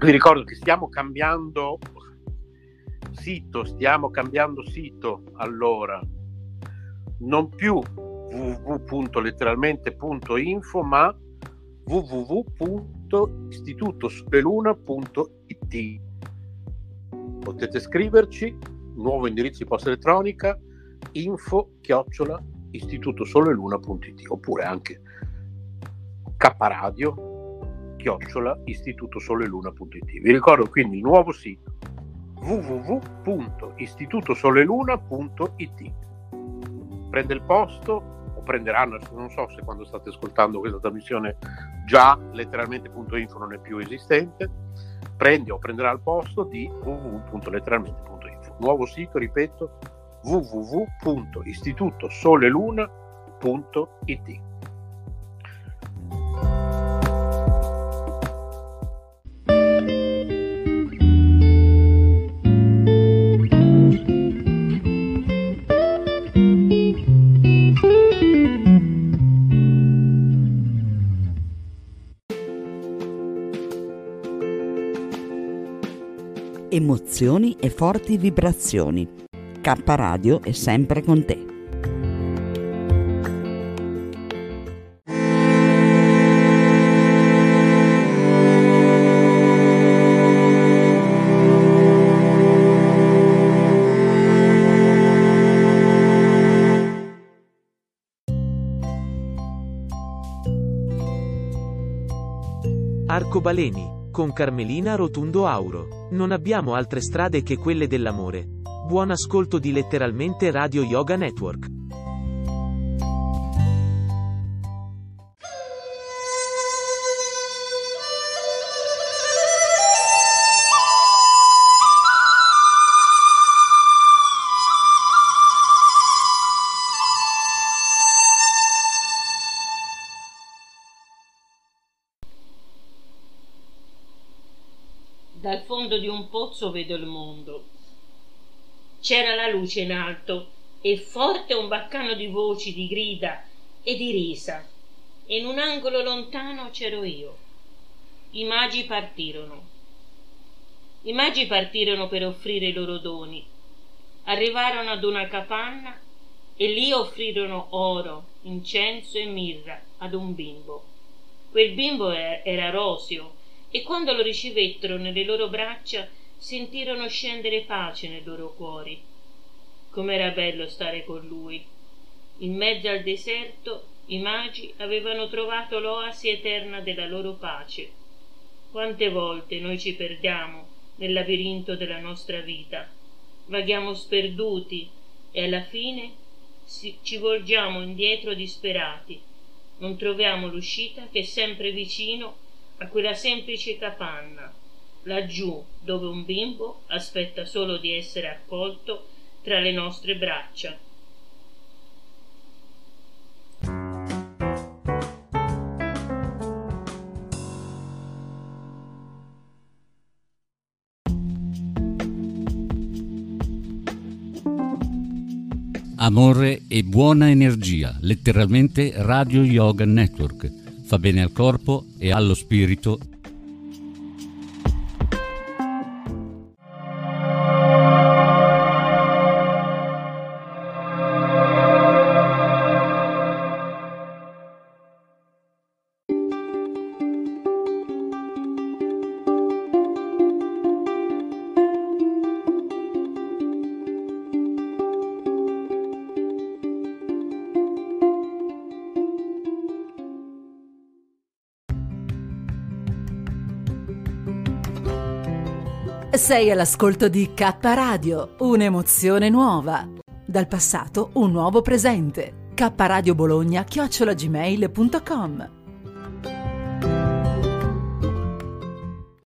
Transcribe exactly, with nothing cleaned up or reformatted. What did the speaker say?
Vi ricordo che stiamo cambiando sito, stiamo cambiando sito, allora non più w w w punto letteralmente punto info ma w w w punto istituto sole luna punto i t. Potete scriverci, nuovo indirizzo di posta elettronica info chiocciola istituto sole luna punto i t, oppure anche kradio chiocciola istituto sole luna punto i t. Vi ricordo quindi il nuovo sito w w w punto istituto sole luna punto i t. Prende il posto, o prenderanno, non so se quando state ascoltando questa trasmissione già letteralmente punto info non è più esistente, prende o prenderà il posto di w w w punto letteralmente punto info. Nuovo sito, ripeto, w w w punto istituto sole luna punto i t. Emozioni e forti vibrazioni. K Radio è sempre con te. Arcobaleni, con Carmelina Rotundo Auro. Non abbiamo altre strade che quelle dell'amore. Buon ascolto di Letteralmente Radio Yoga Network. Dal fondo di un pozzo vedo il mondo. C'era la luce in alto e forte un baccano di voci, di grida e di risa. E in un angolo lontano c'ero io. I magi partirono. I magi partirono per offrire i loro doni. Arrivarono ad una capanna e lì offrirono oro, incenso e mirra ad un bimbo. Quel bimbo era roseo, e quando lo ricevettero nelle loro braccia sentirono scendere pace nei loro cuori. Com'era bello stare con lui. In mezzo al deserto i magi avevano trovato l'oasi eterna della loro pace. Quante volte noi ci perdiamo nel labirinto della nostra vita, vaghiamo sperduti e alla fine ci volgiamo indietro disperati. Non troviamo l'uscita che è sempre vicino a quella semplice capanna, laggiù dove un bimbo aspetta solo di essere accolto tra le nostre braccia. Amore e buona energia, letteralmente Radio Yoga Network. Fa bene al corpo e allo spirito. Sei all'ascolto di K Radio, un'emozione nuova. Dal passato un nuovo presente. K Radio Bologna chiocciola gmail punto com.